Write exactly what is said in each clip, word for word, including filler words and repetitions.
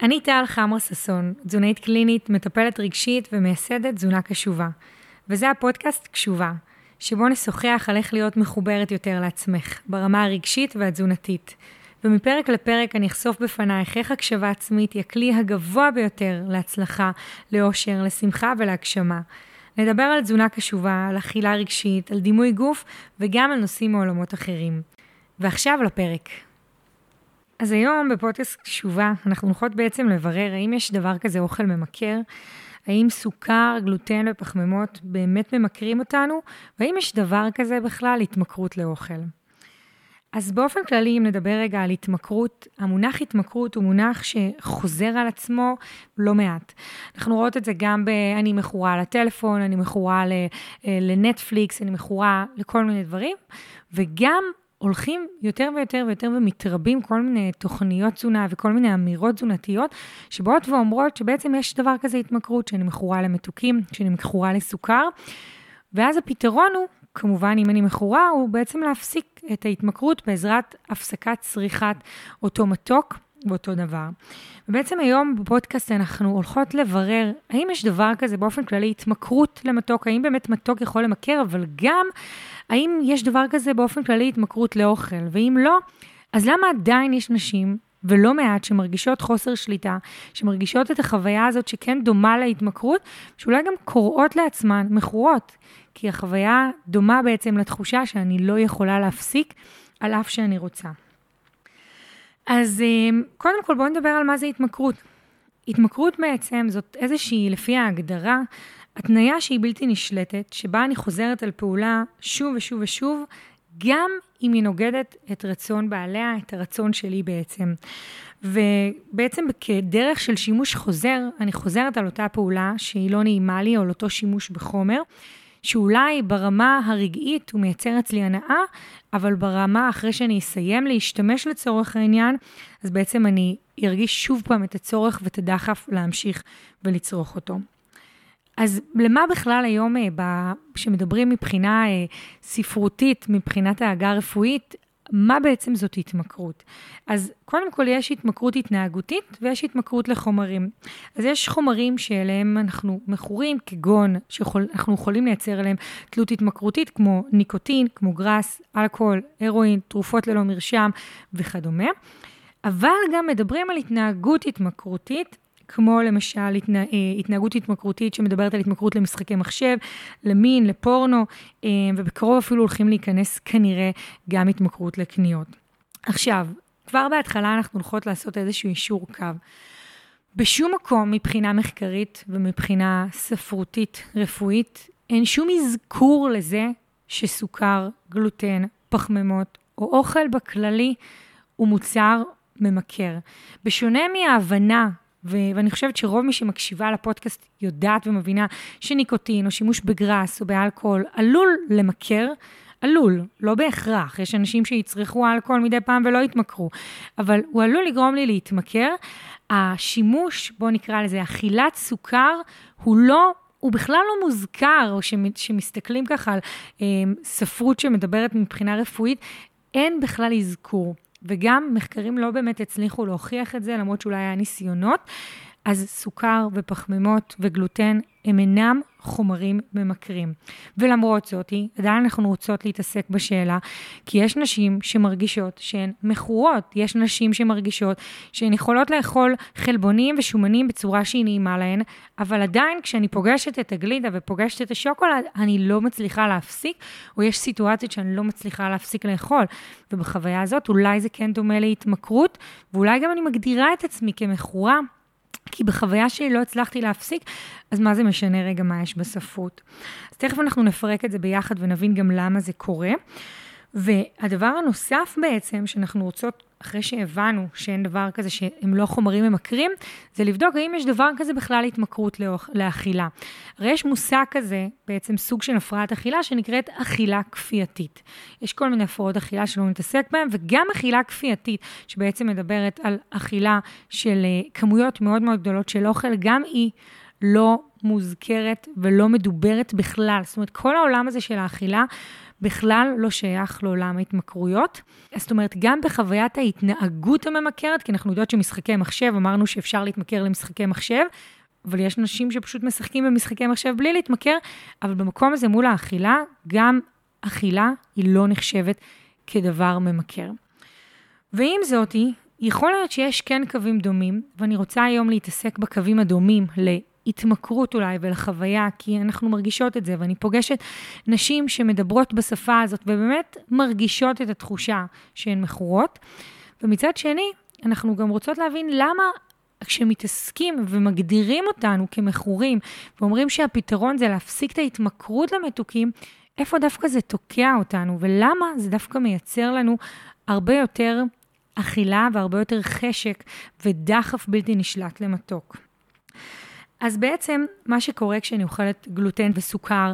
אני טל חמרה ששון, תזונאית קלינית, מטפלת רגשית ומייסדת תזונה קשובה. וזה הפודקאסט קשובה, שבו נשוחח על איך להיות מחוברת יותר לעצמך, ברמה הרגשית והתזונתית. ומפרק לפרק אני אחשוף בפנייך איך הקשבה עצמית היא הכלי הגבוה ביותר להצלחה, לאושר, לשמחה ולהגשמה. נדבר על תזונה קשובה, על אכילה רגשית, על דימוי גוף וגם על נושאים מעולמות אחרים. ועכשיו לפרק. אז היום בפודקאסט קשובה אנחנו הולכות בעצם לברר האם יש דבר כזה אוכל ממכר, האם סוכר, גלוטן ופחמימות באמת ממכרים אותנו, והאם יש דבר כזה בכלל התמכרות לאוכל. אז באופן כללי, אם נדבר רגע על התמכרות, המונח התמכרות הוא מונח שחוזר על עצמו לא מעט. אנחנו רואות את זה גם ב... אני מכורה לטלפון, אני מכורה לנטפליקס, אני מכורה לכל מיני דברים, וגם הולכים יותר ויותר ויותר ומתרבים כל מיני תוכניות תזונה וכל מיני אמירות תזונתיות, שבאות ואומרות שבעצם יש דבר כזה התמכרות, שאני מכורה למתוקים, שאני מכורה לסוכר, ואז הפתרון הוא, כמובן, אם אני מכורה, הוא בעצם להפסיק את ההתמכרות בעזרת הפסקת צריכת אותו מתוק ואותו דבר. ובעצם היום בפודקאסט אנחנו הולכות לברר, האם יש דבר כזה באופן כללי התמכרות למתוק, האם באמת מתוק יכול למכר, אבל גם האם יש דבר כזה באופן כללי התמכרות לאוכל, ואם לא, אז למה עדיין יש נשים ולא מעט שמרגישות חוסר שליטה, שמרגישות את החוויה הזאת שכן דומה להתמכרות, שאולי גם קוראות לעצמן מכורות, כי החוויה דומה בעצם לתחושה שאני לא יכולה להפסיק על אף שאני רוצה. אז קודם כל בואו נדבר על מה זה התמכרות. התמכרות בעצם זאת איזושהי, לפי ההגדרה, התניה שהיא בלתי נשלטת, שבה אני חוזרת על פעולה שוב ושוב ושוב, גם אם היא נוגדת את רצון בעליה, את הרצון שלי בעצם. ובעצם כדרך של שימוש חוזר, אני חוזרת על אותה פעולה שהיא לא נעימה לי, או על אותו שימוש בחומר, שאולי ברמה הרגעית הוא מייצר אצלי הנאה, אבל ברמה אחרי שאני אסיים להשתמש לצורך העניין, אז בעצם אני ארגיש שוב פעם את הצורך ואת הדחף להמשיך ולצרוך אותו. אז למה בכלל היום, כשמדברים מבחינה ספרותית, מבחינת ההגה הרפואית, מה בעצם זאת התמכרות? אז קודם כל יש התמכרות התנהגותית ויש התמכרות לחומרים. אז יש חומרים שאליהם אנחנו מכורים, כגון שאנחנו יכולים לייצר אליהם תלות התמכרותית, כמו ניקוטין, כמו גראס, אלכוהול, הרואין, תרופות ללא מרשם וכדומה. אבל גם מדברים על התנהגות התמכרותית, כמו למשל התנה... התנהגות התמכרותית שמדברת על התמכרות למשחקי מחשב, למין, לפורנו, ובקרוב אפילו הולכים להיכנס כנראה גם התמכרות לקניות. עכשיו, כבר בהתחלה אנחנו הולכות לעשות איזשהו אישור קו. בשום מקום מבחינה מחקרית ומבחינה ספרותית רפואית, אין שום אזכור לזה שסוכר, גלוטן, פחמימות או אוכל בכללי הוא מוצר ממכר. בשונה מההבנה, ואני חושבת שרוב מי שמקשיבה לפודקאסט יודעת ומבינה שניקוטין או שימוש בגראס או באלכוהול עלול למכר, עלול, לא בהכרח. יש אנשים שיצרכו אלכוהול מדי פעם ולא יתמכרו, אבל הוא עלול לגרום לי להתמכר. השימוש, בוא נקרא לזה, אכילת סוכר, הוא לא, הוא בכלל לא מוזכר, או שמסתכלים ככה על ספרות שמדברת מבחינה רפואית, אין בכלל אזכור. וגם מחקרים לא באמת הצליחו להוכיח את זה, למרות שאולי היה ניסיונות, אז סוכר ופחמימות וגלוטן הם אינם חומרים ממכרים. ולמרות זאת, עדיין אנחנו רוצות להתעסק בשאלה, כי יש נשים שמרגישות שהן מכורות, יש נשים שמרגישות שהן יכולות לאכול חלבונים ושומנים בצורה שהיא נעימה להן, אבל עדיין כשאני פוגשת את הגלידה ופוגשת את השוקולד, אני לא מצליחה להפסיק, או יש סיטואציות שאני לא מצליחה להפסיק לאכול. ובחוויה הזאת אולי זה כן דומה להתמכרות, ואולי גם אני מגדירה את עצמי כמכורה, כי בחוויה שלי לא הצלחתי להפסיק, אז מה זה משנה רגע מה יש בספרות? אז תכף אנחנו נפרק את זה ביחד ונבין גם למה זה קורה. והדבר הנוסף בעצם שאנחנו רוצות, אחרי שהבנו שאין דבר כזה שהם לא חומרים ממכרים, זה לבדוק האם יש דבר כזה בכלל התמכרות לאכילה. הרי יש מושג כזה, בעצם סוג של הפרעת אכילה, שנקראת אכילה כפייתית. יש כל מיני הפרעות אכילה שלא נתעסק בהן, וגם אכילה כפייתית, שבעצם מדברת על אכילה של כמויות מאוד מאוד גדולות של אוכל, גם היא לא מוזכרת ולא מדוברת בכלל. זאת אומרת, כל העולם הזה של האכילה בכלל לא שייך לעולם ההתמכרויות. זאת אומרת, גם בחוויית ההתנהגות הממכרת, כי אנחנו יודעות שמשחקי מחשב, אמרנו שאפשר להתמכר למשחקי מחשב, אבל יש נשים שפשוט משחקים במשחקי מחשב בלי להתמכר, אבל במקום הזה מול האכילה, גם אכילה היא לא נחשבת כדבר ממכר. ועם זאתי, יכול להיות שיש כן קווים דומים, ואני רוצה היום להתעסק בקווים הדומים להתמכרות אולי ולחוויה, כי אנחנו מרגישות את זה, ואני פוגשת נשים שמדברות בשפה הזאת, ובאמת מרגישות את התחושה שהן מכורות, ומצד שני, אנחנו גם רוצות להבין למה כשמתעסקים ומגדירים אותנו כמכורים, ואומרים שהפתרון זה להפסיק את ההתמכרות למתוקים, איפה דווקא זה תוקע אותנו, ולמה זה דווקא מייצר לנו הרבה יותר אכילה והרבה יותר חשק ודחף בלתי נשלט למתוק. אז בעצם מה שקורה כשאני אוכלת גלוטן וסוכר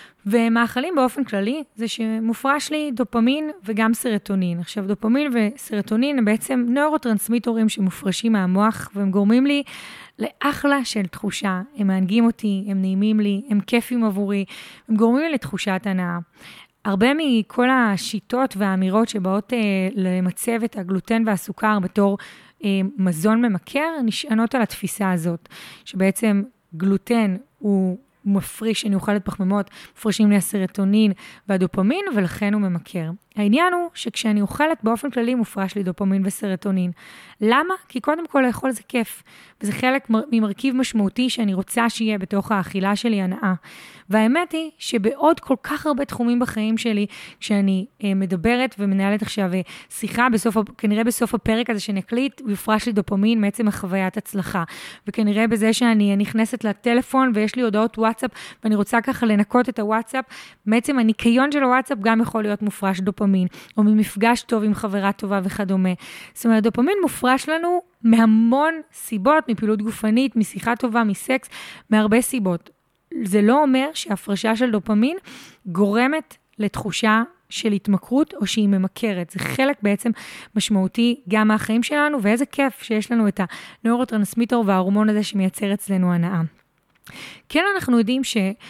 ומאכלים באופן כללי, זה שמופרש לי דופמין וגם סרטונין. עכשיו, דופמין וסרטונין הם בעצם נוירוטרנסמיטורים שמופרשים מהמוח, והם גורמים לי לאחלה של תחושה. הם מענגים אותי, הם נעימים לי, הם כיפים עבורי, הם גורמים לי לתחושת הנאה. הרבה מכל השיטות והאמירות שבאות אה, למצב את הגלוטן והסוכר בתור אה, מזון ממכר, נשענות על התפיסה הזאת, שבעצם גלוטן הוא מפריש, אני אוכלת פחמימות, מפרישים לי הסרטונין והדופמין, ולכן הוא ממכר. העניין הוא שכשאני אוכלת באופן כללי מופרש לי דופמין וסרטונין. למה? כי קודם כל לאכול זה כיף, וזה חלק ממרכיב משמעותי שאני רוצה שיהיה בתוך האכילה שלי הנאה. והאמת היא שבעוד כל כך הרבה תחומים בחיים שלי, כשאני אה, מדברת ומנהלת עכשיו אה, שיחה, בסוף, כנראה בסוף הפרק הזה שנקליט, יופרש לי דופמין מעצם החוויית הצלחה. וכנראה בזה שאני נכנסת לטלפון ויש לי הודעות וואטסאפ, ואני רוצה ככה לנקות את הוואטסאפ, מעצם הניקיון של הוואטסאפ גם יכול להיות מופרש דופמין, או ממפגש טוב עם חברה טובה וכדומה. זאת אומרת, דופמין מופרש לנו מהמון סיבות, מפעילות גופנית, משיחה טובה, מסקס, מהרבה סיבות. זה לא אומר שהפרשה של דופמין גורמת לתחושה של התמכרות או שהיא ממכרת. זה חלק בעצם משמעותי גם מהחיים שלנו, ואיזה כיף שיש לנו את הנוירוטרנסמיטור וההורמון הזה שמייצר אצלנו הנאה. כן, אנחנו יודעים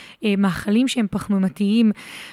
שמאכלים שהם פחמימתיים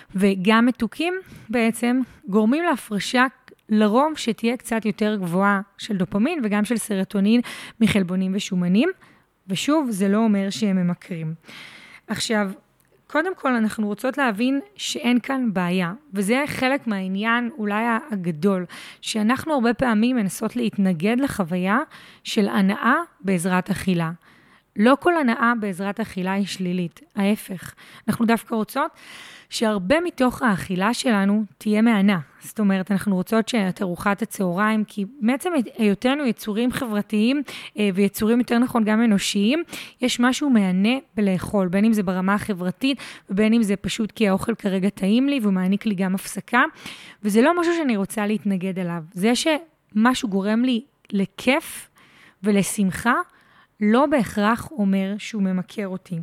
וגם מתוקים בעצם גורמים להפרשה לרוב שתהיה קצת יותר גבוהה של דופמין וגם של סרטונין מחלבונים ושומנים, ושוב, זה לא אומר שהם ממכרים. עכשיו, קודם כל אנחנו רוצות להבין שאין כאן בעיה, וזה חלק מהעניין אולי הגדול, שאנחנו הרבה פעמים מנסות להתנגד לחוויה של הנאה בעזרת אכילה. לא כל הנאה בעזרת אכילה היא שלילית, ההפך. אנחנו דווקא רוצות שהרבה מתוך האכילה שלנו תהיה מהנה. זאת אומרת, אנחנו רוצות שאת ארוחת הצהריים, כי בעצם היותנו יצורים חברתיים, ויצורים יותר נכון גם אנושיים, יש משהו מהנה בלאכול, בין אם זה ברמה החברתית, ובין אם זה פשוט כי האוכל כרגע טעים לי, והוא מעניק לי גם הפסקה, וזה לא משהו שאני רוצה להתנגד אליו. זה שמשהו גורם לי לכיף ולשמחה, לא בהכרח אומר שהוא ממכר אותי.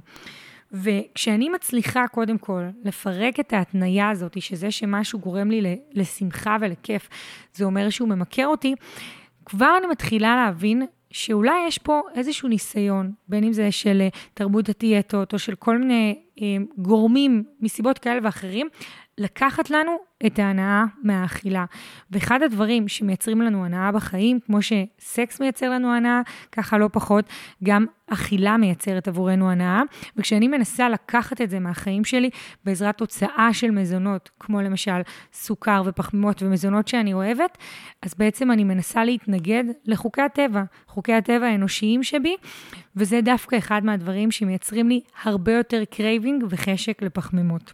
וכשאני מצליחה קודם כל לפרק את ההתניה הזאת, שזה שמשהו גורם לי לשמחה ולכיף, זה אומר שהוא ממכר אותי, כבר אני מתחילה להבין שאולי יש פה איזשהו ניסיון, בין אם זה של תרבות הדיאטות, או של כל מיני אה, גורמים מסיבות כאלה ואחרים, לקחת לנו את ההנאה מהאכילה. ואחד הדברים שמייצרים לנו הנאה בחיים, כמו שסקס מייצר לנו הנאה, ככה לא פחות, גם אכילה מייצרת עבורנו הנאה. וכשאני מנסה לקחת את זה מהחיים שלי, בעזרת תוצאה של מזונות, כמו למשל סוכר ופחמימות ומזונות שאני אוהבת, אז בעצם אני מנסה להתנגד לחוקי הטבע, חוקי הטבע האנושיים שבי, וזה דווקא אחד מהדברים שמייצרים לי הרבה יותר קרייבינג וחשק לפחמימות.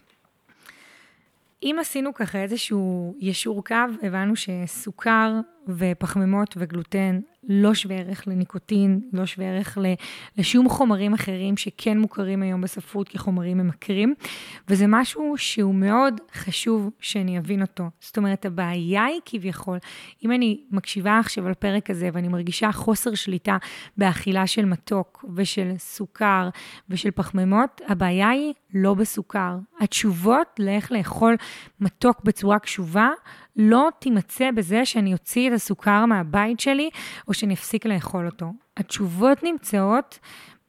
אם עשינו ככה איזשהו ישור קו, הבנו שסוכר ופחמימות וגלוטן לא שווה ערך לניקוטין, לא שווה ערך לשום חומרים אחרים שכן מוכרים היום בספרות כחומרים ממכרים, וזה משהו שהוא מאוד חשוב שאני אבין אותו. זאת אומרת, הבעיה היא כביכול, אם אני מקשיבה עכשיו על פרק הזה ואני מרגישה חוסר שליטה באכילה של מתוק ושל סוכר ושל פחמימות, הבעיה היא לא בסוכר. התשובות לאיך לאכול מתוק בצורה קשובה, לא תימצא בזה שאני אוציא את הסוכר מהבית שלי, או שאני אפסיק לאכול אותו. התשובות נמצאות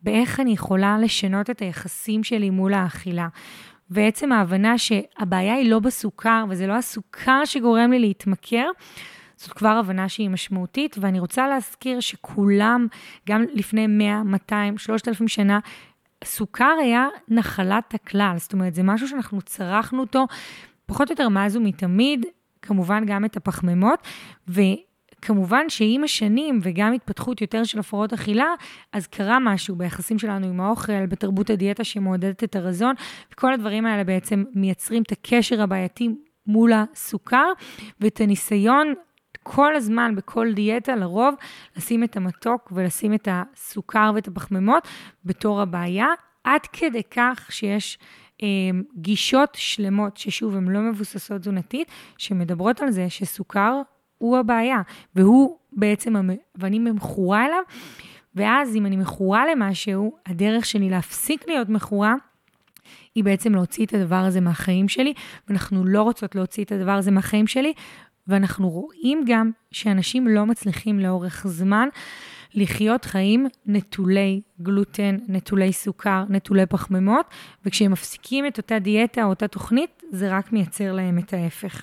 באיך אני יכולה לשנות את היחסים שלי מול האכילה. ועצם ההבנה שהבעיה היא לא בסוכר, וזה לא הסוכר שגורם לי להתמכר, זאת כבר הבנה שהיא משמעותית, ואני רוצה להזכיר שכולם, גם לפני מאה, מאתיים, שלושת אלפים שנה, סוכר היה נחלת הכלל, זאת אומרת, זה משהו שאנחנו צרכנו אותו, פחות או יותר מאז ומתמיד, כמובן גם את הפחמימות, וכמובן שעם השנים, וגם התפתחות יותר של הפרעות אכילה, אז קרה משהו ביחסים שלנו עם האוכל, בתרבות הדיאטה שמעודדת את הרזון, וכל הדברים האלה בעצם מייצרים את הקשר הבעייתי מול הסוכר, ואת הניסיון, כל הזמן, בכל דיאטה, לרוב, לשים את המתוק ולשים את הסוכר ואת הפחמימות בתור הבעיה, עד כדי כך שיש אה, גישות שלמות, ששוב, הן לא מבוססות תזונתית, שמדברות על זה שסוכר הוא הבעיה, והוא בעצם, ואני מכורה אליו, ואז אם אני מכורה למשהו, הדרך שלי להפסיק להיות מכורה, היא בעצם להוציא את הדבר הזה מהחיים שלי, ואנחנו לא רוצות להוציא את הדבר הזה מהחיים שלי, ואנחנו רואים גם שאנשים לא מצליחים לאורך זמן לחיות חיים נטולי גלוטן, נטולי סוכר, נטולי פחמימות, וכשהם מפסיקים את אותה דיאטה או אותה תוכנית, זה רק מייצר להם את ההפך.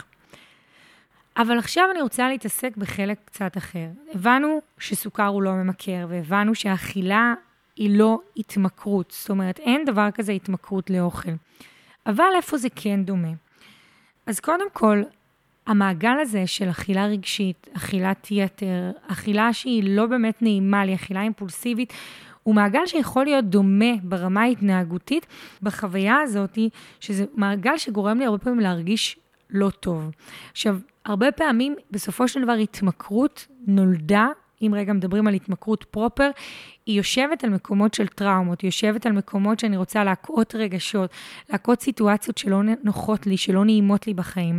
אבל עכשיו אני רוצה להתעסק בחלק קצת אחר. הבנו שסוכר הוא לא ממכר, והבנו שהאכילה היא לא התמכרות, זאת אומרת, אין דבר כזה התמכרות לאוכל. אבל איפה זה כן דומה? אז קודם כל, המעגל הזה של אכילה רגשית, אכילת יתר, אכילה שהיא לא באמת נעימה לי, אכילה אימפולסיבית, הוא מעגל שיכול להיות דומה ברמה ההתנהגותית, בחוויה הזאת, שזה מעגל שגורם לי הרבה פעמים להרגיש לא טוב. עכשיו, הרבה פעמים, בסופו של דבר, התמכרות נולדה, אם רגע מדברים על התמכרות פרופר, היא יושבת על מקומות של טראומות, היא יושבת על מקומות שאני רוצה להקעות רגשות, להקעות סיטואציות שלא נוחות לי, שלא נעימות לי בחיים.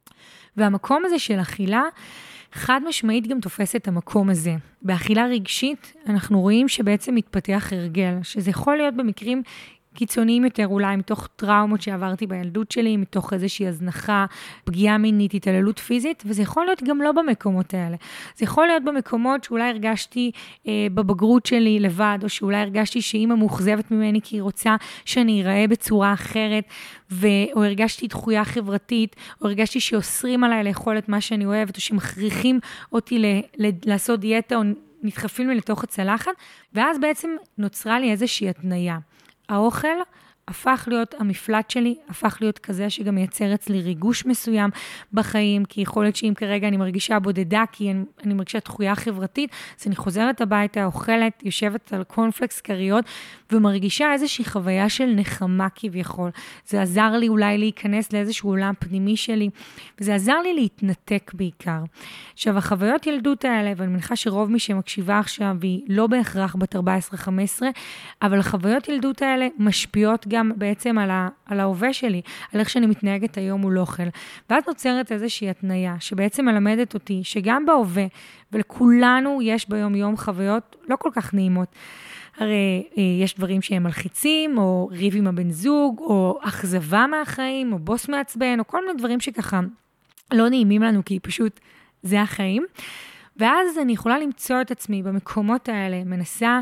והמקום הזה של אכילה, חד משמעית גם תופס את המקום הזה. באכילה רגשית, אנחנו רואים שבעצם מתפתח הרגל, שזה יכול להיות במקרים קיצוניים יותר, אולי מתוך טראומות שעברתי בילדות שלי, מתוך איזושהי הזנחה, פגיעה מינית, התעללות פיזית, וזה יכול להיות גם לא במקומות האלה. זה יכול להיות במקומות שאולי הרגשתי אה, בבגרות שלי לבד, או שאולי הרגשתי שאמא מאוכזבת ממני, כי היא רוצה שאני אראה בצורה אחרת, ו... או הרגשתי דחויה חברתית, או הרגשתי שאוסרים עליי לאכול את מה שאני אוהבת, או שמכריחים אותי ל... ל... לעשות דיאטה, או נדחפים לי לתוך הצלחת, ואז בעצם נוצרה לי איזושהי התניה. האוכל הפך להיות המפלט שלי, הפך להיות כזה שגם מייצר אצלי ריגוש מסוים בחיים, כי יכול להיות שאם כרגע אני מרגישה בודדה, כי אני, אני מרגישה דחויה חברתית, אז אני חוזרת הביתה, אוכלת, יושבת על קורנפלקס קריות, ומרגישה איזושהי חוויה של נחמה כביכול. זה עזר לי אולי להיכנס לאיזשהו עולם פנימי שלי, וזה עזר לי להתנתק בעיקר. עכשיו, החוויות ילדות האלה, ואני מניחה שרוב מי שמקשיבה עכשיו, היא לא בהכרח בת ארבע עשרה חמש עשרה, אבל החוויות ילדות האלה משפיעות גם בעצם על, ה, על ההווה שלי, על איך שאני מתנהגת היום מול אוכל. ואז נוצרת איזושהי התניה, שבעצם מלמדת אותי שגם בהווה, ולכולנו יש ביום יום חוויות לא כל כך נעימות. הרי יש דברים שהם מלחיצים, או ריב עם הבן זוג, או אכזבה מהחיים, או בוס מעצבן, או כל מיני דברים שככה לא נעימים לנו, כי פשוט זה החיים. ואז אני יכולה למצוא את עצמי במקומות האלה, מנסה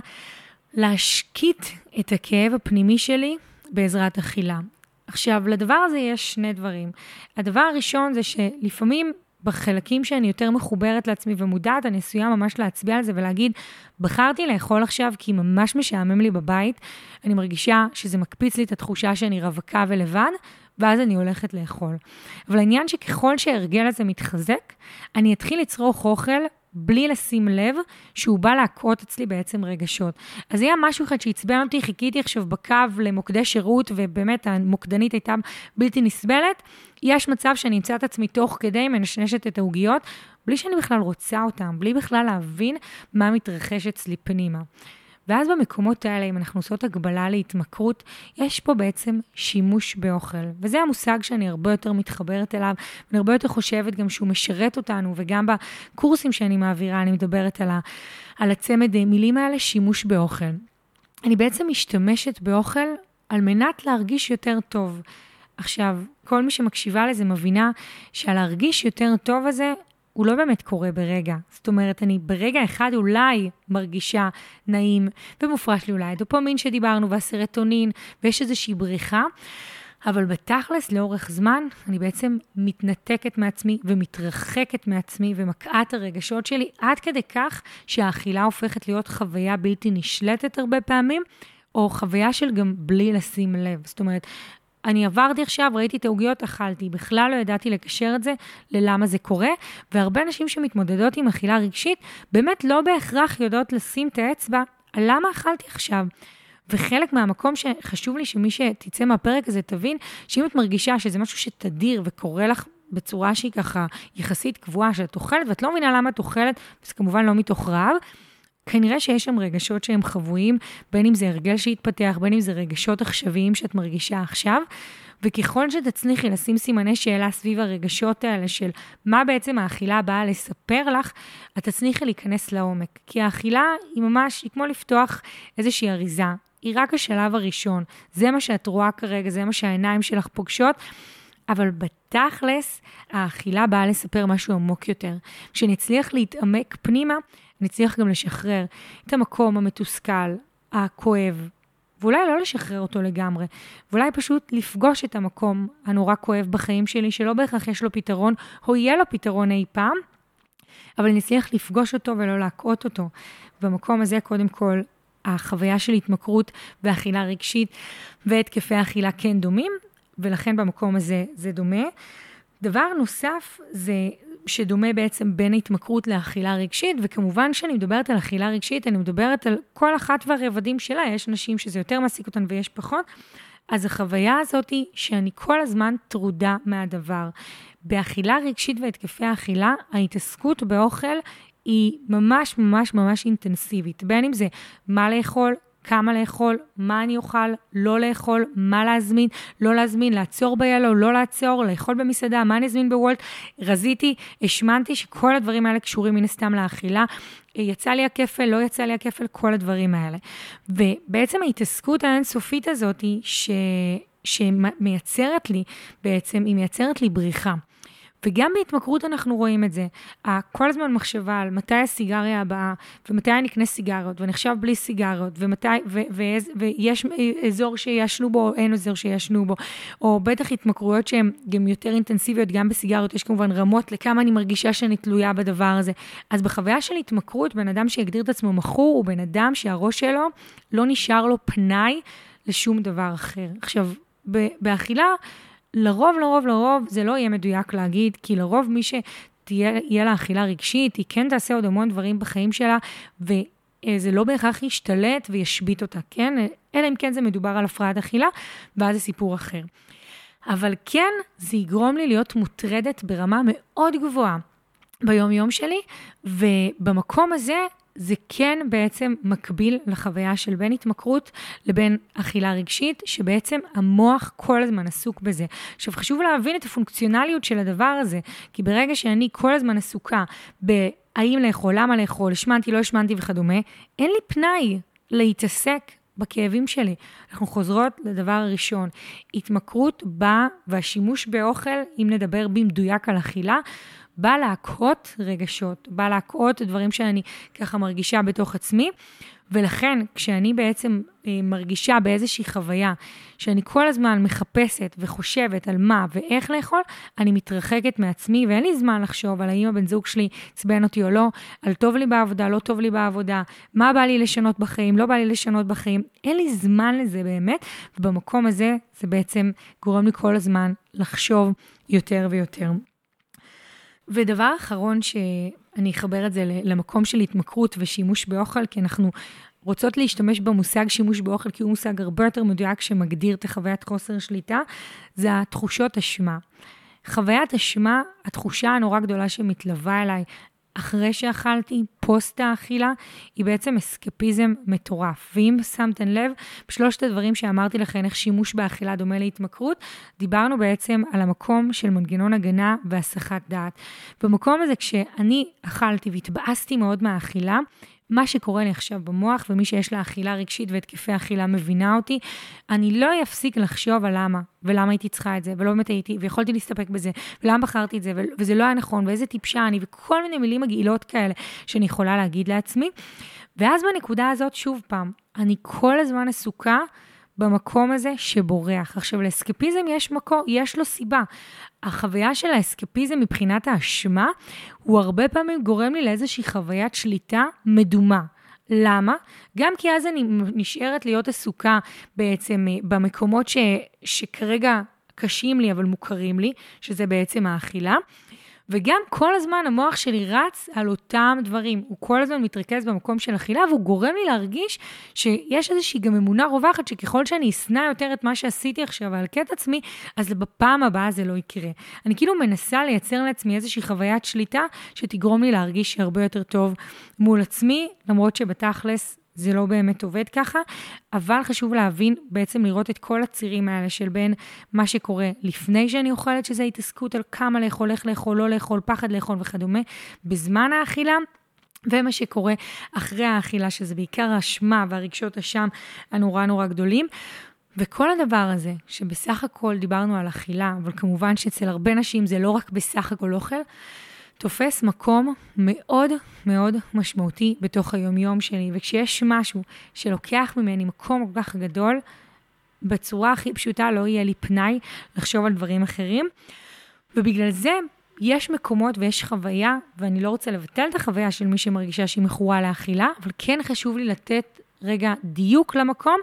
להשקיט את הכאב הפנימי שלי בעזרת אכילה. עכשיו, לדבר הזה יש שני דברים. הדבר הראשון זה שלפעמים בחלקים שאני יותר מחוברת לעצמי ומודעת, אני עשויה ממש להצביע על זה ולהגיד, בחרתי לאכול עכשיו כי ממש משעמם לי בבית, אני מרגישה שזה מקפיץ לי את התחושה שאני רווקה ולבד, ואז אני הולכת לאכול. אבל העניין שככל שההרגל הזה מתחזק, אני אתחיל לצרוך אוכל בלי לשים לב שהוא בא להקעות אצלי בעצם רגשות. אז היה משהו אחד שהצבן אותי, חיכיתי עכשיו בקו למוקדי שירות, ובאמת המוקדנית הייתה בלתי נסבלת. יש מצב שאני אמצא את עצמי תוך כדי מנשנשת את העוגיות, בלי שאני בכלל רוצה אותם, בלי בכלל להבין מה מתרחש אצלי פנימה. ואז במקומות האלה, אם אנחנו עושות הגבלה להתמכרות, יש פה בעצם שימוש באוכל. וזה המושג שאני הרבה יותר מתחברת אליו, ואני הרבה יותר חושבת גם שהוא משרת אותנו, וגם בקורסים שאני מעבירה, אני מדברת על, ה, על הצמד מילים האלה, שימוש באוכל. אני בעצם משתמשת באוכל על מנת להרגיש יותר טוב. עכשיו, כל מי שמקשיבה לזה מבינה שעל להרגיש יותר טוב הזה, הוא לא באמת קורה ברגע. זאת אומרת, אני ברגע אחד אולי מרגישה נעים, ומופרש לי אולי דופמין שדיברנו, והסרטונין, ויש איזושהי בריחה, אבל בתכלס, לאורך זמן, אני בעצם מתנתקת מעצמי ומתרחקת מעצמי ומקעה את הרגשות שלי, עד כדי כך שהאכילה הופכת להיות חוויה בלתי נשלטת הרבה פעמים, או חוויה של גם בלי לשים לב. זאת אומרת, אני עברתי עכשיו, ראיתי את העוגיות, אכלתי, בכלל לא ידעתי לקשר את זה ללמה זה קורה, והרבה נשים שמתמודדות עם אכילה רגשית, באמת לא בהכרח יודעות לשים את האצבע על למה אכלתי עכשיו. וחלק מהמקום שחשוב לי שמי שתצא מהפרק הזה תבין, שאם את מרגישה שזה משהו שתדיר וקורה לך בצורה שהיא ככה יחסית קבועה, שאת אוכלת, ואת לא מבינה למה את אוכלת, וזה כמובן לא מתוך רעב, כנראה שיש שם רגשות שהם חבויים, בין אם זה הרגל שהתפתח, בין אם זה רגשות עכשוויים שאת מרגישה עכשיו, וככל שתצליחי לשים סימני שאלה סביב הרגשות האלה של מה בעצם האכילה באה לספר לך, את תצליחי להיכנס לעומק. כי האכילה היא ממש, היא כמו לפתוח איזושהי אריזה, היא רק השלב הראשון. זה מה שאת רואה כרגע, זה מה שהעיניים שלך פוגשות, אבל בתכלס האכילה באה לספר משהו עמוק יותר. כשנצליח להתעמק פנימה, נצליח גם לשחרר את המקום המתוסכל, הכואב, ואולי לא לשחרר אותו לגמרי, ואולי פשוט לפגוש את המקום הנורא כואב בחיים שלי, שלא בהכרח יש לו פתרון, או יהיה לו פתרון אי פעם, אבל נצליח לפגוש אותו ולא להקעות אותו. במקום הזה קודם כל, החוויה של התמכרות ואכילה רגשית והתקפי האכילה כן דומים, ולכן במקום הזה זה דומה. דבר נוסף זה שדומה בעצם בין ההתמכרות לאכילה רגשית, וכמובן שאני מדברת על אכילה רגשית, אני מדברת על כל אחת והרבדים שלה, יש נשים שזה יותר מעסיק אותן ויש פחות, אז החוויה הזאת היא שאני כל הזמן טרודה מהדבר. באכילה רגשית והתקפי האכילה, ההתעסקות באוכל היא ממש ממש ממש אינטנסיבית, בין אם זה מה לאכול, כמה לאכול, מה אני אוכל, לא לאכול, מה להזמין, לא להזמין, לעצור ביאלו, לא לעצור, לאכול במסעדה, מה נזמין בוולט, רזיתי, השמנתי שכל הדברים האלה קשורים מן הסתם לאכילה, יצא לי הכפל, לא יצא לי הכפל, כל הדברים האלה. ובעצם ההתעסקות האינסופית הזאת היא ש... שמייצרת לי, בעצם היא מייצרת לי בריחה. וגם בהתמכרות אנחנו רואים את זה. כל הזמן מחשבה על מתי הסיגריה הבאה, ומתי אני אקנה סיגריות, ונחשב בלי סיגריות, ומתי, ו, ו, ויש אזור שישנו בו, או אין אזור שישנו בו, או בטח התמכרויות שהן גם יותר אינטנסיביות, גם בסיגריות, יש כמובן רמות לכמה אני מרגישה שאני תלויה בדבר הזה. אז בחוויה של התמכרות, בן אדם שיגדיר את עצמו מכור, הוא בן אדם שהראש שלו לא נשאר לו פנאי לשום דבר אחר. עכשיו, באכילה, לרוב, לרוב, לרוב, זה לא יהיה מדויק להגיד, כי לרוב מי שתהיה לה אכילה רגשית, היא כן תעשה עוד המון דברים בחיים שלה, וזה לא בהכרח ישתלט וישבית אותה, כן? אלא אם כן זה מדובר על הפרעת אכילה, ואז זה סיפור אחר. אבל כן, זה יגרום לי להיות מוטרדת ברמה מאוד גבוהה ביום יום שלי, ובמקום הזה, זה כן בעצם מקביל לחוויה של בין התמכרות לבין אכילה רגשית, שבעצם המוח כל הזמן עסוק בזה. עכשיו חשוב להבין את הפונקציונליות של הדבר הזה, כי ברגע שאני כל הזמן עסוקה בהאם לאכול, למה לאכול, השמנתי, לא השמנתי וכדומה, אין לי פנאי להתעסק בכאבים שלי. אנחנו חוזרות לדבר הראשון. התמכרות בא והשימוש באוכל, אם נדבר במדויק על אכילה, בא להקעות רגשות, בא להקעות דברים שאני ככה מרגישה בתוך עצמי, ולכן כשאני בעצם מרגישה באיזושהי חוויה, שאני כל הזמן מחפשת וחושבת על מה ואיך לאכול, אני מתרחקת מעצמי, ואין לי זמן לחשוב על האם הבן זוג שלי צבן אותי או לא, על טוב לי בעבודה, לא טוב לי בעבודה, מה בא לי לשנות בחיים, לא בא לי לשנות בחיים, אין לי זמן לזה באמת, ובמקום הזה זה בעצם גורם לי כל הזמן לחשוב יותר ויותר. ודבר אחרון שאני אחבר את זה למקום של התמכרות ושימוש באוכל, כי אנחנו רוצות להשתמש במושג שימוש באוכל, כי הוא מושג הרבה יותר מדויק שמגדיר את חוויית חוסר שליטה, זה התחושות אשמה. חוויית אשמה, התחושה הנורא גדולה שמתלווה אליי, אחרי שאכלתי, פוסט האכילה, היא בעצם אסקפיזם מטורף. ואם שמתם לב, בשלושת הדברים שאמרתי לכם, איך שימוש באכילה דומה להתמכרות, דיברנו בעצם על המקום של מנגנון הגנה והסחת דעת. במקום הזה, כשאני אכלתי והתבאסתי מאוד מהאכילה, מה שקורה לי עכשיו במוח, ומי שיש לה אכילה רגשית והתקפי אכילה מבינה אותי, אני לא אפסיק לחשוב על למה, ולמה הייתי צריכה את זה, ולא באמת הייתי, ויכולתי להסתפק בזה, ולמה בחרתי את זה, וזה לא היה נכון, ואיזה טיפשה אני, וכל מיני מילים מגעילות כאלה, שאני יכולה להגיד לעצמי. ואז בנקודה הזאת, שוב פעם, אני כל הזמן עסוקה, במקום הזה שבורח. עכשיו, לאסקפיזם יש מקור, יש לו סיבה. החוויה של האסקפיזם מבחינת האשמה, הוא הרבה פעמים גורם לי לאיזושהי חוויית שליטה מדומה. למה? גם כי אז אני נשארת להיות עסוקה בעצם במקומות ש, שכרגע קשים לי, אבל מוכרים לי, שזה בעצם האכילה. וגם כל הזמן המוח שלי רץ על אותם דברים. הוא כל הזמן מתרכז במקום של אכילה, והוא גורם לי להרגיש שיש איזושהי גם אמונה רווחת, שככל שאני אסנע יותר את מה שעשיתי עכשיו ועל קט עצמי, אז בפעם הבאה זה לא יקרה. אני כאילו מנסה לייצר לעצמי איזושהי חוויית שליטה, שתגרום לי להרגיש הרבה יותר טוב מול עצמי, למרות שבתכלס זה לא באמת עובד ככה, אבל חשוב להבין, בעצם לראות את כל הצירים האלה של בין מה שקורה לפני שאני אוכלת, שזה התעסקות על כמה לאכול, איך לאכול, לא לאכול, פחד לאכול וכדומה, בזמן האכילה, ומה שקורה אחרי האכילה, שזה בעיקר האשמה והרגשות אשם הנורא נורא גדולים, וכל הדבר הזה, שבסך הכל דיברנו על אכילה, אבל כמובן שאצל הרבה נשים זה לא רק בסך הכל אוכל, תופס מקום מאוד מאוד משמעותי בתוך היומיום שלי, וכשיש משהו שלוקח ממני מקום כל כך גדול, בצורה הכי פשוטה לא יהיה לי פנאי לחשוב על דברים אחרים, ובגלל זה יש מקומות ויש חוויה, ואני לא רוצה לבטל את החוויה של מי שמרגישה שהיא מכורה לאכילה, אבל כן חשוב לי לתת רגע דיוק למקום,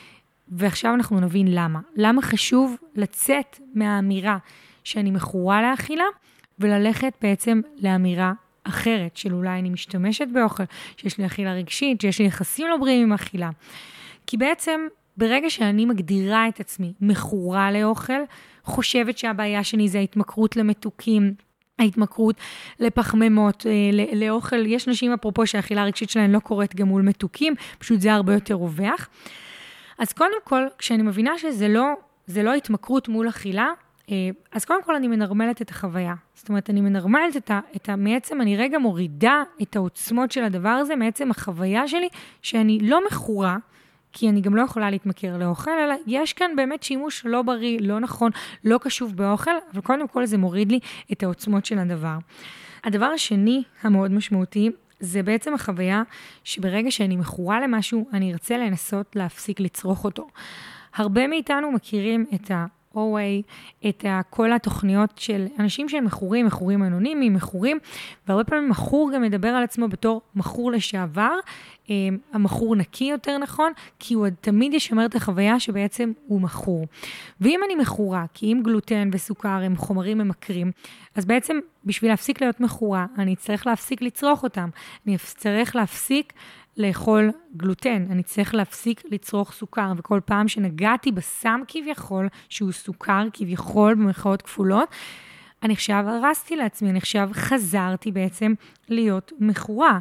ועכשיו אנחנו נבין למה. למה חשוב לצאת מהאמירה שאני מכורה לאכילה, וללכת בעצם לאמירה אחרת, של אולי אני משתמשת באוכל, שיש לי אכילה רגשית, שיש לי יחסים לא בריאים עם אכילה. כי בעצם ברגע שאני מגדירה את עצמי מכורה לאוכל, חושבת שהבעיה שלי זה ההתמכרות למתוקים, ההתמכרות לפחמימות, לאוכל. יש נשים אפרופו שהאכילה הרגשית שלהן לא קורית גם מול מתוקים, פשוט זה הרבה יותר רווח. אז קודם כל, כשאני מבינה שזה לא, זה לא התמכרות מול אכילה, אז קודם כל אני מנרמלת את החוויה. זאת אומרת, אני מנרמלת את ה, את ה, מעצם אני רגע מורידה את העוצמות של הדבר הזה, מעצם החוויה שלי, שאני לא מכורה, כי אני גם לא יכולה להתמכר לאוכל, אלא יש כאן באמת שימוש לא בריא, לא נכון, לא קשוב באוכל, אבל קודם כל זה מוריד לי את העוצמות של הדבר. הדבר השני המאוד משמעותי, זה בעצם החוויה שברגע שאני מכורה למשהו, אני ארצה לנסות להפסיק לצרוך אותו. הרבה מאיתנו מכירים את ה או איי, את כל התוכניות של אנשים שהם מכורים, מכורים אנונימיים, מכורים, והרבה פעמים מכור גם מדבר על עצמו בתור מכור לשעבר, המכור נקי יותר נכון, כי הוא תמיד ישמר את החוויה שבעצם הוא מכור. ואם אני מכורה, כי אם גלוטן וסוכר הם חומרים ממכרים, אז בעצם בשביל להפסיק להיות מכורה, אני אצטרך להפסיק לצרוך אותם, אני אצטרך להפסיק לאכול גלוטן, אני צריך להפסיק לצרוך סוכר, וכל פעם שנגעתי בסם כביכול, שהוא סוכר כביכול במרכאות כפולות, אני עכשיו הרסתי לעצמי, אני עכשיו חזרתי בעצם להיות מכורה.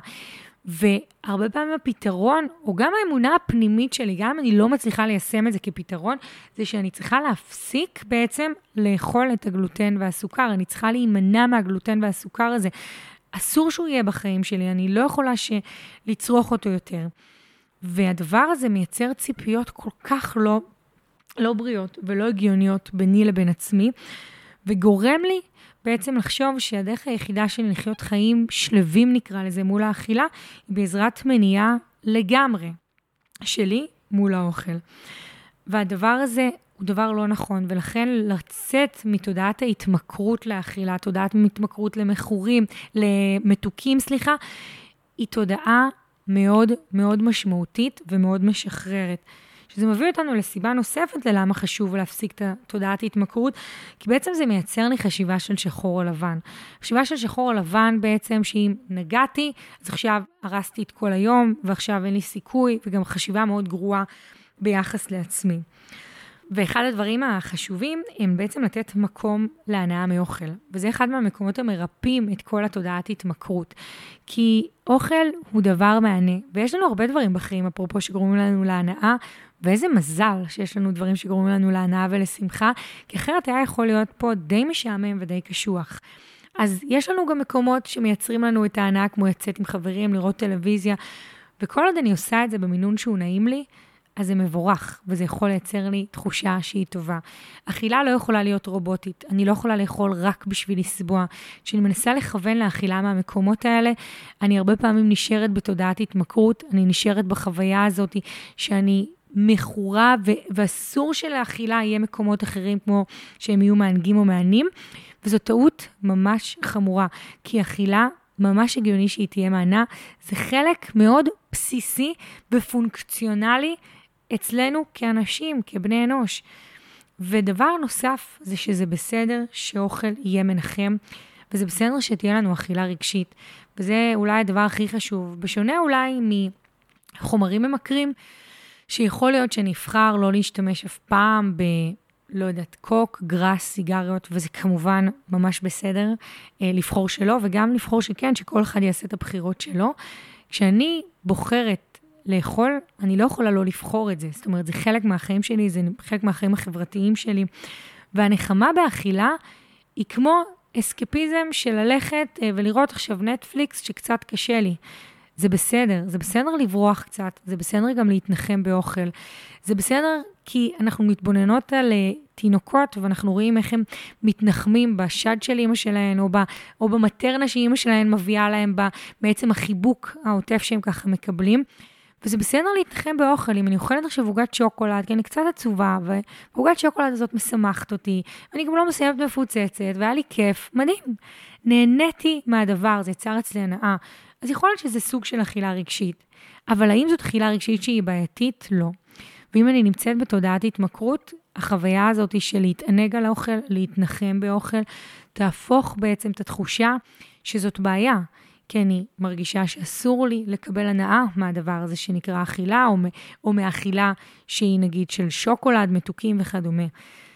והרבה פעמים הפתרון, או גם האמונה הפנימית שלי, גם אם אני לא מצליחה ליישם את זה כפתרון, זה שאני צריכה להפסיק בעצם לאכול את הגלוטן והסוכר, אני צריכה להימנע מהגלוטן והסוכר הזה, אסור שהוא יהיה בחיים שלי, אני לא יכולה לצרוך אותו יותר. והדבר הזה מייצר ציפיות כל כך לא, לא בריאות ולא הגיוניות ביני לבין עצמי, וגורם לי בעצם לחשוב שהדרך היחידה שלי לחיות חיים שלבים נקרא לזה מול האכילה, היא בעזרת מניעה לגמרי שלי מול האוכל. והדבר הזה הוא דבר לא נכון, ולכן לצאת מתודעת ההתמכרות לאכילה, תודעת מתמכרות למכורים, למתוקים, סליחה, היא תודעה מאוד מאוד משמעותית ומאוד משחררת. שזה מביא אותנו לסיבה נוספת ללמה חשוב להפסיק את תודעת ההתמכרות, כי בעצם זה מייצר לי חשיבה של שחור או לבן. חשיבה של שחור או לבן בעצם שאם נגעתי, אז עכשיו הרסתי את כל היום, ועכשיו אין לי סיכוי, וגם חשיבה מאוד גרועה ביחס לעצמי. ואחד הדברים החשובים הם בעצם לתת מקום להנאה מאוכל. וזה אחד מהמקומות המרפאים את כל התודעת התמכרות. כי אוכל הוא דבר מענה, ויש לנו הרבה דברים בחיים, אפרופו שגורמים לנו להנאה, ואיזה מזל שיש לנו דברים שגורמים לנו להנאה ולשמחה, כי אחרת היה יכול להיות פה די משעמם ודי קשוח. אז יש לנו גם מקומות שמייצרים לנו את ההנאה, כמו לצאת עם חברים, לראות טלוויזיה, וכל עוד אני עושה את זה במינון שהוא נעים לי, אז זה מבורך, וזה יכול לייצר לי תחושה שהיא טובה. אכילה לא יכולה להיות רובוטית, אני לא יכולה לאכול רק בשביל לסבוע. כשאני מנסה לכוון לאכילה מהמקומות האלה, אני הרבה פעמים נשארת בתודעת התמכרות, אני נשארת בחוויה הזאת שאני מכורה, ו- ואסור שלאכילה יהיה מקומות אחרים כמו שהם יהיו מענגים או מענים, וזו טעות ממש חמורה, כי אכילה ממש הגיוני שהיא תהיה מענה, זה חלק מאוד בסיסי ופונקציונלי אצלנו כאנשים, כבני אנוש. ודבר נוסף זה שזה בסדר שאוכל יהיה מנחם, וזה בסדר שתהיה לנו אכילה רגשית, וזה אולי הדבר הכי חשוב, בשונה אולי מחומרים ממכרים, שיכול להיות שנבחר לא להשתמש אף פעם ב... לא יודעת, קוק, גרס, סיגריות, וזה כמובן ממש בסדר אה, לבחור שלו, וגם לבחור שכן, שכל אחד יעשה את הבחירות שלו. כשאני בוחרת לאכול, אני לא יכולה לא לבחור את זה. זאת אומרת, זה חלק מהחיים שלי, זה חלק מהחיים החברתיים שלי. והנחמה באכילה היא כמו אסקפיזם של ללכת אה, ולראות עכשיו נטפליקס שקצת קשה לי. זה בסדר, זה בסדר לברוח קצת, זה בסדר גם להתנחם באוכל. זה בסדר כי אנחנו מתבוננות על תינוקות, ואנחנו רואים איך הם מתנחמים בשד של אמא שלהן, או, ב, או במטרנה שאמא שלהן מביאה להם, בעצם החיבוק העוטף שהם ככה מקבלים. וזה בסדר להתנחם באוכל, אם אני אוכלת עכשיו עוגת שוקולד, כי אני קצת עצובה, ועוגת שוקולד הזאת משמחת אותי, אני גם לא מסיימת מפוצצת, והיה לי כיף, מדהים. נהניתי מהדבר, זה יצר אצלי הנאה. אז יכול להיות שזה סוג של אכילה רגשית, אבל האם זאת אכילה רגשית שהיא בעייתית? לא. ואם אני נמצאת בתודעת התמכרות, החוויה הזאת של להתענג על האוכל, להתנחם באוכל, תהפוך בעצם את התחושה שזאת בעיה, כי אני מרגישה שאסור לי לקבל הנאה מהדבר הזה שנקרא אכילה, או, או מאכילה שהיא נגיד של שוקולד, מתוקים וכדומה.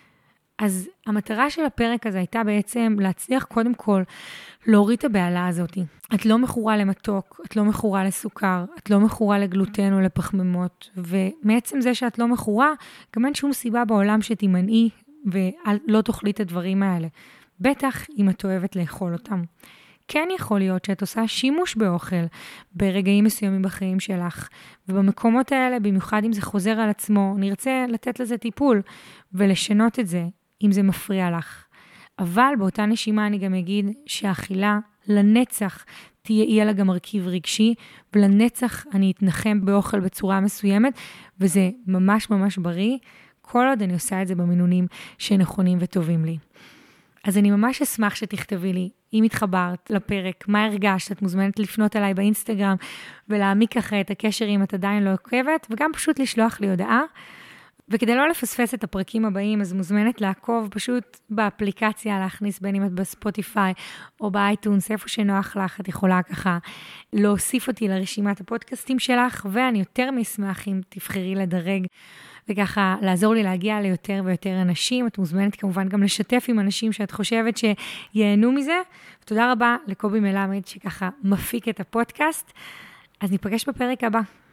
אז המטרה של הפרק הזה הייתה בעצם להצליח קודם כל להוריד את הבעלה הזאת. את לא מכורה למתוק, את לא מכורה לסוכר, את לא מכורה לגלוטן או לפחמימות, ומעצם זה שאת לא מכורה, גם אין שום סיבה בעולם שתימנעי ולא תאכלי את הדברים האלה. בטח אם את אוהבת לאכול אותם. כן יכול להיות שאת עושה שימוש באוכל ברגעים מסוימים בחיים שלך, ובמקומות האלה, במיוחד אם זה חוזר על עצמו, נרצה לתת לזה טיפול ולשנות את זה, אם זה מפריע לך. אבל באותה נשימה אני גם אגיד שהאכילה לנצח תהיה, יהיה לה גם מרכיב רגשי, ולנצח אני אתנחם באוכל בצורה מסוימת, וזה ממש ממש בריא, כל עוד אני עושה את זה במינונים שנכונים וטובים לי. אז אני ממש אשמח שתכתבי לי, אם התחברת לפרק, מה הרגשת, את מוזמנת לפנות אליי באינסטגרם, ולהעמיק ככה את הקשר אם את עדיין לא עוקבת, וגם פשוט לשלוח לי הודעה, וכדי לא לפספס את הפרקים הבאים, אז מוזמנת לעקוב פשוט באפליקציה, להכניס בין אם את בספוטיפיי או באייטונס, איפה שנוח לך, את יכולה ככה להוסיף אותי לרשימת הפודקאסטים שלך, ואני יותר משמח אם תבחרי לדרג, וככה לעזור לי להגיע ליותר ויותר אנשים. את מוזמנת כמובן גם לשתף עם אנשים שאת חושבת שיהנו מזה. ותודה רבה לקובי מלמד שככה מפיק את הפודקאסט. אז ניפגש בפרק הבא.